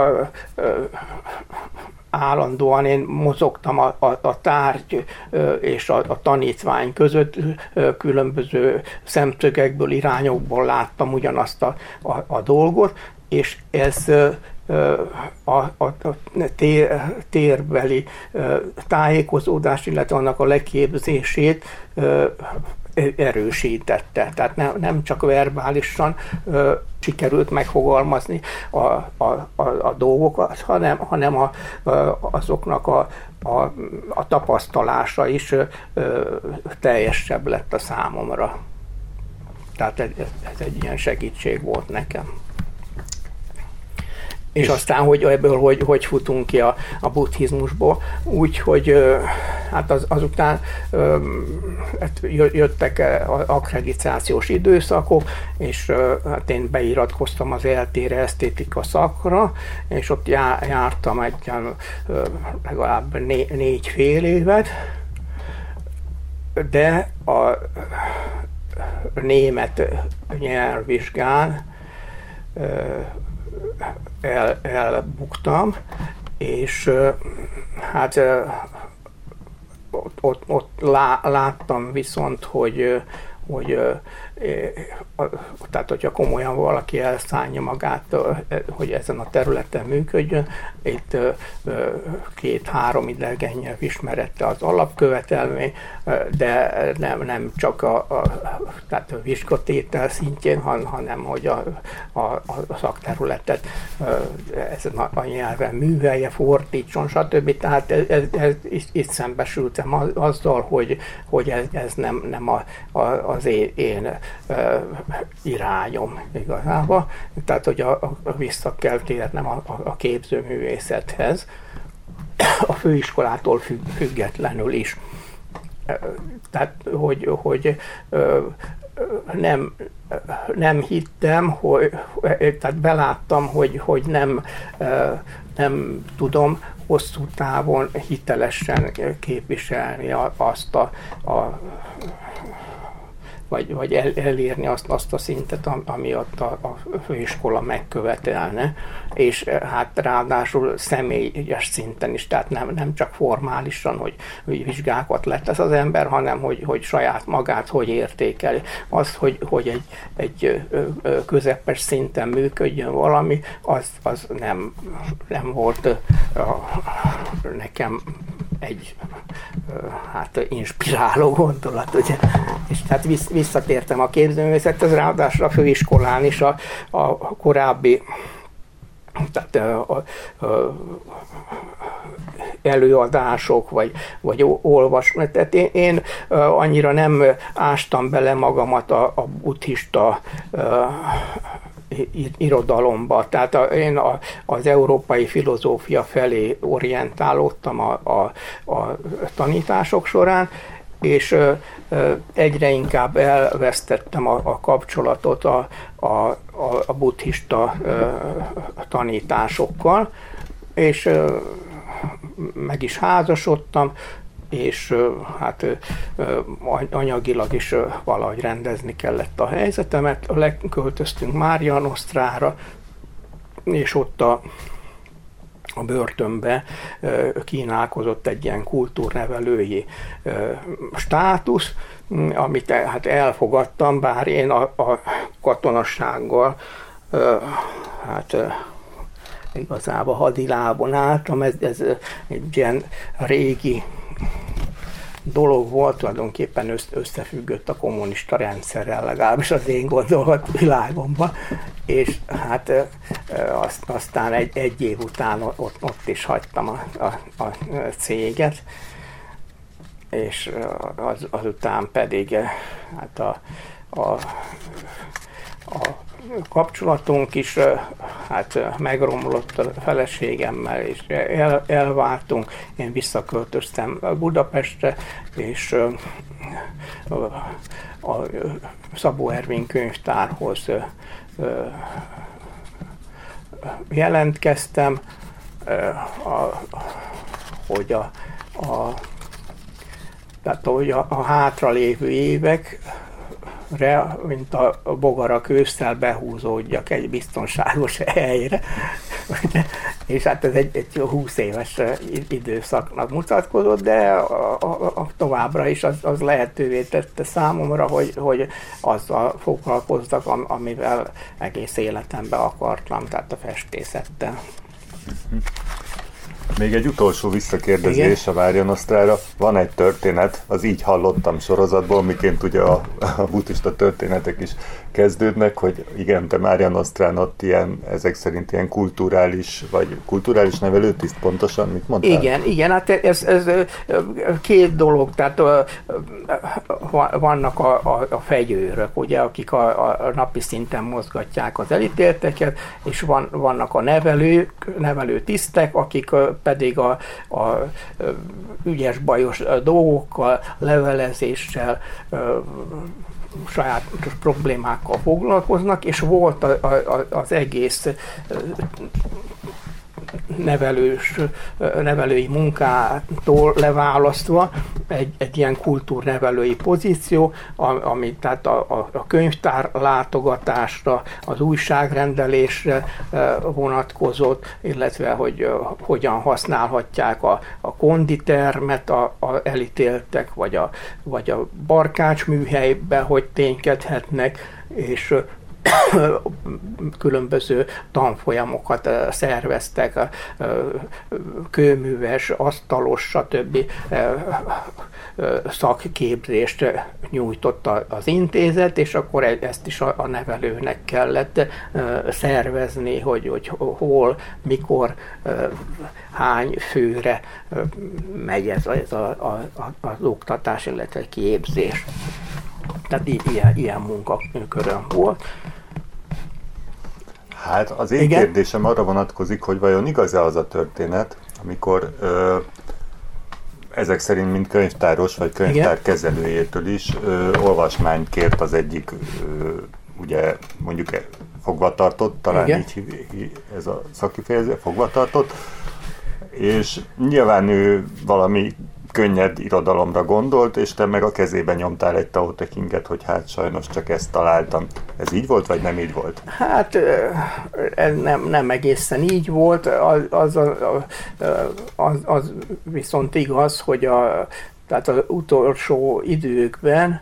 állandóan én mozogtam a tárgy és a tanítvány között, különböző szemszögekből, irányokból láttam ugyanazt a dolgot, és ez a térbeli tájékozódás, illetve annak a leképzését erősítette. Tehát nem csak verbálisan sikerült megfogalmazni a dolgokat, hanem azoknak a tapasztalása is teljesebb lett a számomra. Tehát ez egy ilyen segítség volt nekem. És aztán, hogy ebből hogy futunk ki a buddhizmusból, úgyhogy hát azután jöttek akkreditációs időszakok, és hát én beiratkoztam az ELTE-re esztétika szakra, és ott jártam legalább 4 fél évet, de a német nyelvvizsgán elbuktam, és hát ott láttam viszont, hogy tehát, hogyha komolyan valaki elszánja magát, hogy ezen a területen működjön, itt 2-3 idegen nyelv ismerete az alapkövetelmény, de nem csak tehát a vizsgatétel szintjén, hanem hogy a szakterületet ezen a nyelven művelje, fordítson, stb. Tehát itt szembesültem azzal, hogy ez nem az én irányom igazából. Tehát, hogy vissza kell térnem a képzőművészethez, a főiskolától függetlenül is. Tehát, hogy nem hittem, tehát beláttam, hogy nem tudom hosszú távon hitelesen képviselni azt vagy elérni azt a szintet, ami ott a főiskola megkövetelne, és hát ráadásul személyes szinten is, tehát nem csak formálisan, hogy vizsgákat letesz az ember, hanem hogy saját magát hogy értékeli. Az, hogy egy közepes szinten működjön valami, az nem volt nekem egy hát inspiráló gondolat, ugye. És tehát visszatértem a képzőművészethez, ráadásul a főiskolán is a korábbi tehát előadások, vagy olvasmány. Tehát én annyira nem ástam bele magamat a buddhista irodalomba. Tehát én az európai filozófia felé orientálódtam a tanítások során, és egyre inkább elvesztettem a kapcsolatot a buddhista tanításokkal, és meg is házasodtam, és hát anyagilag is valahogy rendezni kellett a helyzetemet. Leköltöztünk Marianosztrára, és ott a börtönbe kínálkozott egy ilyen kultúrnevelői státusz, amit hát elfogadtam, bár én a katonassággal hát igazából hadilábon álltam, ez egy ilyen régi dolog volt, tulajdonképpen összefüggött a kommunista rendszerrel, legalábbis az én gondolat világomban, és hát aztán egy év után ott is hagytam a céget, és azután pedig hát a kapcsolatunk is hát megromlott a feleségemmel, és elváltunk. Én visszaköltöztem Budapestre, és a Szabó Ervin könyvtárhoz jelentkeztem, hogy a hátralévő évekre, mint a bogarak ősszel behúzódjak egy biztonságos helyre. És hát ez egy 20 éves időszaknak mutatkozott, de továbbra is az lehetővé tette számomra, hogy azzal foglalkozzak, amivel egész életemben akartam, tehát a festészettel. Még egy utolsó visszakérdezés a Mária Nostrára. Van egy történet, az Így hallottam sorozatból, miként ugye a buddhista történetek is kezdődnek, hogy igen, te Mária Nostrán ott ezek szerint ilyen kulturális nevelőtiszt, pontosan mit mondtál? Igen, hát ez két dolog, tehát vannak a fegyőrök, ugye, akik a napi szinten mozgatják az elítélteket, és vannak a nevelő tisztek, akik pedig a ügyes-bajos dolgokkal, levelezéssel, sajátos problémákkal foglalkoznak, és volt az egész nevelői munkától leválasztva egy ilyen kultúrnevelői pozíció, ami tehát a könyvtár látogatásra, az újságrendelésre vonatkozott, illetve hogy hogyan használhatják a konditermet a elítéltek, vagy a barkácsműhelybe, hogy ténykedhetnek, és különböző tanfolyamokat szerveztek, kőműves, asztalos, stb. Szakképzést nyújtott az intézet, és akkor ezt is a nevelőnek kellett szervezni, hogy hol, mikor, hány főre megy ez az oktatás, illetve képzés. Tehát ilyen munkaköröm volt. Hát az én kérdésem arra vonatkozik, hogy vajon igaz-e az a történet, amikor ezek szerint mint könyvtáros vagy könyvtár kezelőjétől is olvasmányt kért az egyik, ugye mondjuk fogvatartott, talán így ez a szakkifejezés, fogvatartott, és nyilván ő valami könnyed irodalomra gondolt, és te meg a kezébe nyomtál egy Tao Te Chinget, hogy hát sajnos csak ezt találtam. Ez így volt, vagy nem így volt? Hát ez nem egészen így volt. Az viszont igaz, hogy tehát az utolsó időkben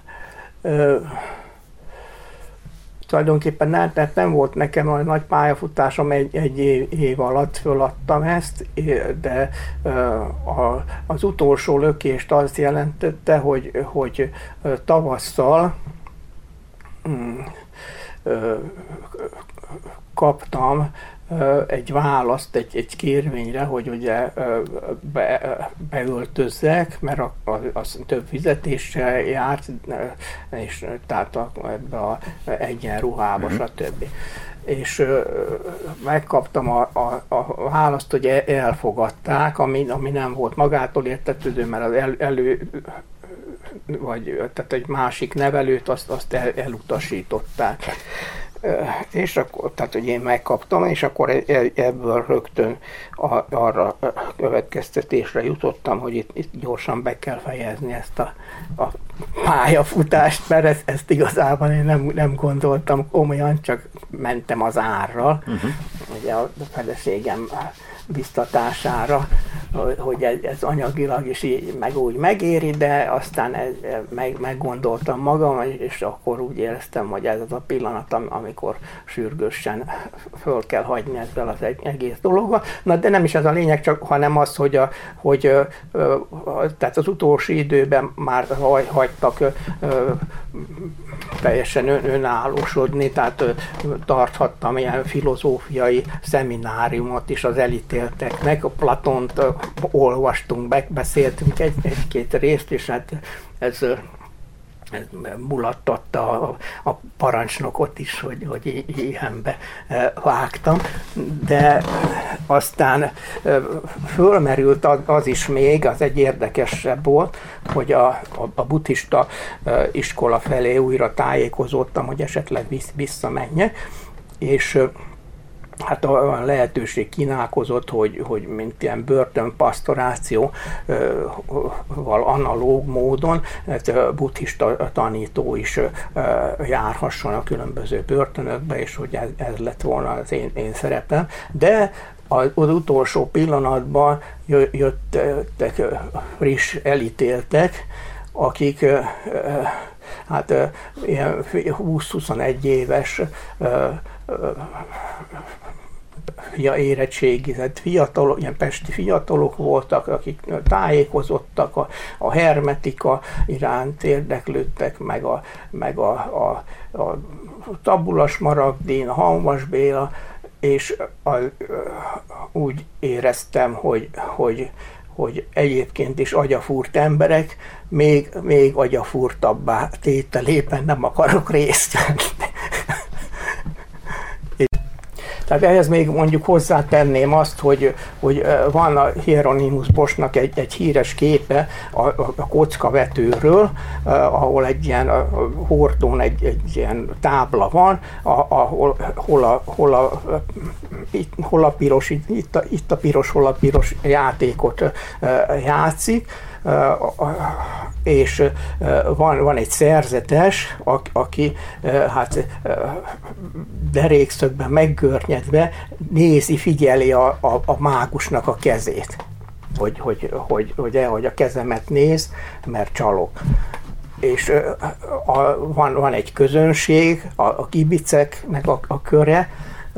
tulajdonképpen nem volt nekem olyan nagy pályafutásom, egy év alatt föladtam ezt, de az utolsó lökést azt jelentette, hogy tavasszal kaptam egy választ egy kérvényre, hogy ugye beöltözzek, mert az több fizetéssel járt, és tehát ebbe a egyenruhába, stb. És megkaptam a választ, hogy elfogadták, ami nem volt magától értetődő, mert az tehát egy másik nevelőt azt elutasították. És akkor, tehát, hogy én megkaptam, és akkor ebből rögtön arra következtetésre jutottam, hogy itt gyorsan be kell fejezni ezt a pályafutást, mert ezt igazából én nem gondoltam komolyan, csak mentem az árral, ugye a feleségem biztatására, hogy ez anyagilag is úgy megéri, de aztán meggondoltam magam, és akkor úgy éreztem, hogy ez az a pillanat, amikor sürgősen föl kell hagyni ezzel az egész dologgal. Na, de nem is ez a lényeg, hanem az, hogy tehát az utolsó időben már hagytak teljesen önállósodni, tehát tarthattam ilyen filozófiai szemináriumot is az elítélteknek, a Platont olvastunk, beszéltünk egy-két részt, és hát ez mulattatta a parancsnokot is, hogy ilyenbe vágtam, de aztán fölmerült az is még, az egy érdekesebb volt, hogy a buddhista iskola felé újra tájékozódtam, hogy esetleg visszamenjek, és hát a lehetőség kínálkozott, hogy mint ilyen börtönpasztorációval analóg módon buddhista tanító is járhasson a különböző börtönökbe, és hogy ez lett volna az én szerepem. De az utolsó pillanatban jöttek friss elítéltek, akik hát ilyen 20-21 éves érettségizett fiatalok, ilyen pesti fiatalok voltak, akik tájékozottak, a hermetika iránt érdeklődtek, meg a Tabula Smaragdin, a Hamvas Béla, és úgy éreztem, hogy egyébként is agyafúrt emberek még agyafúrtabbá tételében nem akarok részt venni. Tehát ehhez még mondjuk hozzátenném azt, hogy van a Hieronymus Boschnak egy híres képe a kockavetőről, ahol egy ilyen hordón egy ilyen tábla van, hol a piros, itt a piros, hol a piros játékot játszik, és van egy szerzetes, aki hát derékszögben meggörnyedve nézi, figyeli a mágusnak a kezét, hogy a kezemet néz, mert csalok. És van egy közönség, a kibiceknek a köre,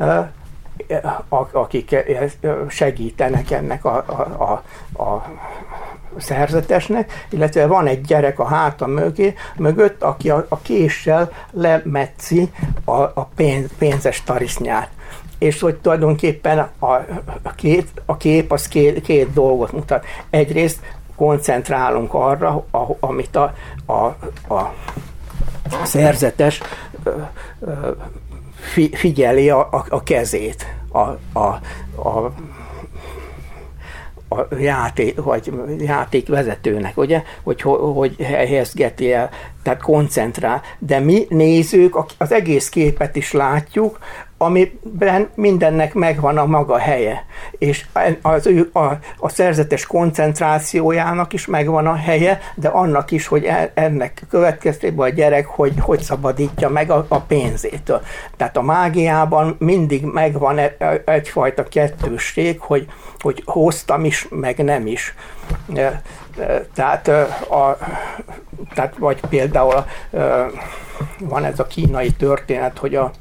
akik segítenek ennek a szerzetesnek, illetve van egy gyerek a háta mögött, aki a késsel lemetszi a pénzes tarisznyát. És hogy tulajdonképpen a kép az két dolgot mutat. Egyrészt koncentrálunk arra, amit a szerzetes figyeli a kezét, a játékvezetőnek, ugye, hogy helyezgeti el, tehát koncentrál. De mi nézők az egész képet is látjuk, amiben mindennek megvan a maga helye. És a szerzetes koncentrációjának is megvan a helye, de annak is, hogy ennek következtében a gyerek hogy szabadítja meg a pénzétől. Tehát a mágiában mindig megvan egyfajta kettősség, hogy hoztam is, meg nem is. Tehát vagy például van ez a kínai történet, hogy a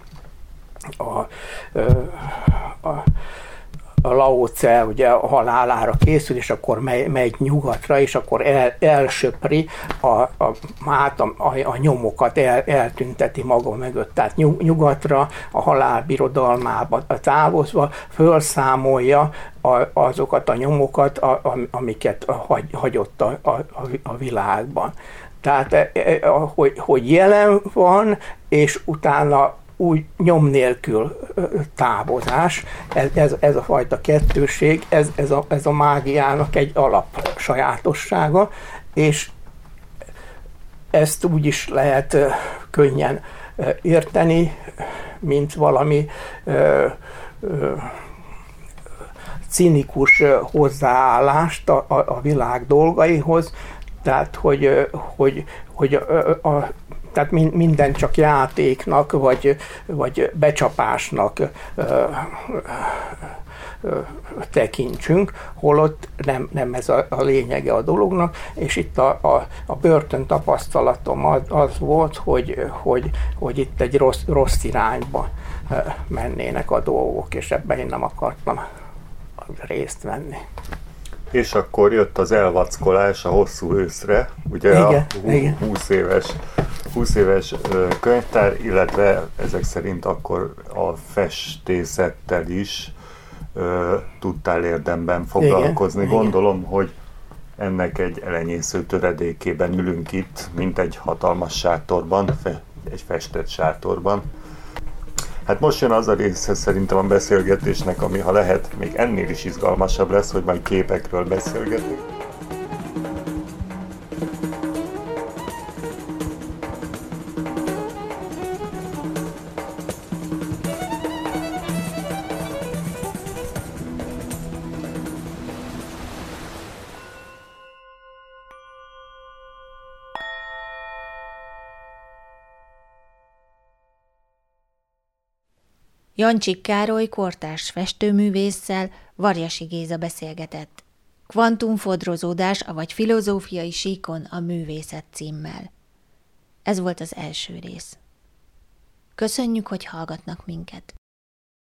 Lao Tse ugye a halálára készül, és akkor megy nyugatra, és akkor elsöpri a nyomokat, eltünteti maga mögött. Tehát nyugatra, a halál birodalmába távozva fölszámolja azokat a nyomokat, amiket hagyott a világban. Tehát, hogy jelen van, és utána úgy nyom nélkül távozás, ez a fajta kettőség, ez a mágiának egy alap sajátossága, és ezt úgy is lehet könnyen érteni, mint valami cinikus hozzáállást a világ dolgaihoz, tehát tehát minden csak játéknak, vagy becsapásnak tekintsünk, holott nem ez a lényege a dolognak, és itt a börtön tapasztalatom az volt, hogy itt egy rossz irányba mennének a dolgok, és ebben én nem akartam részt venni. És akkor jött az elvackolás a hosszú őszre, ugye igen, a 20 éves könyvtár, illetve ezek szerint akkor a festészettel is tudtál érdemben foglalkozni. Igen, gondolom, hogy ennek egy elenyésző töredékében ülünk itt, mint egy hatalmas sátorban, egy festett sátorban. Hát most jön az a része szerintem a beszélgetésnek, ami ha lehet, még ennél is izgalmasabb lesz, hogy majd képekről beszélgetünk. Jancsik Károly kortárs festőművésszel Varjasi Géza beszélgetett. Kvantumfodrozódás, avagy filozófiai síkon a művészet címmel. Ez volt az első rész. Köszönjük, hogy hallgatnak minket.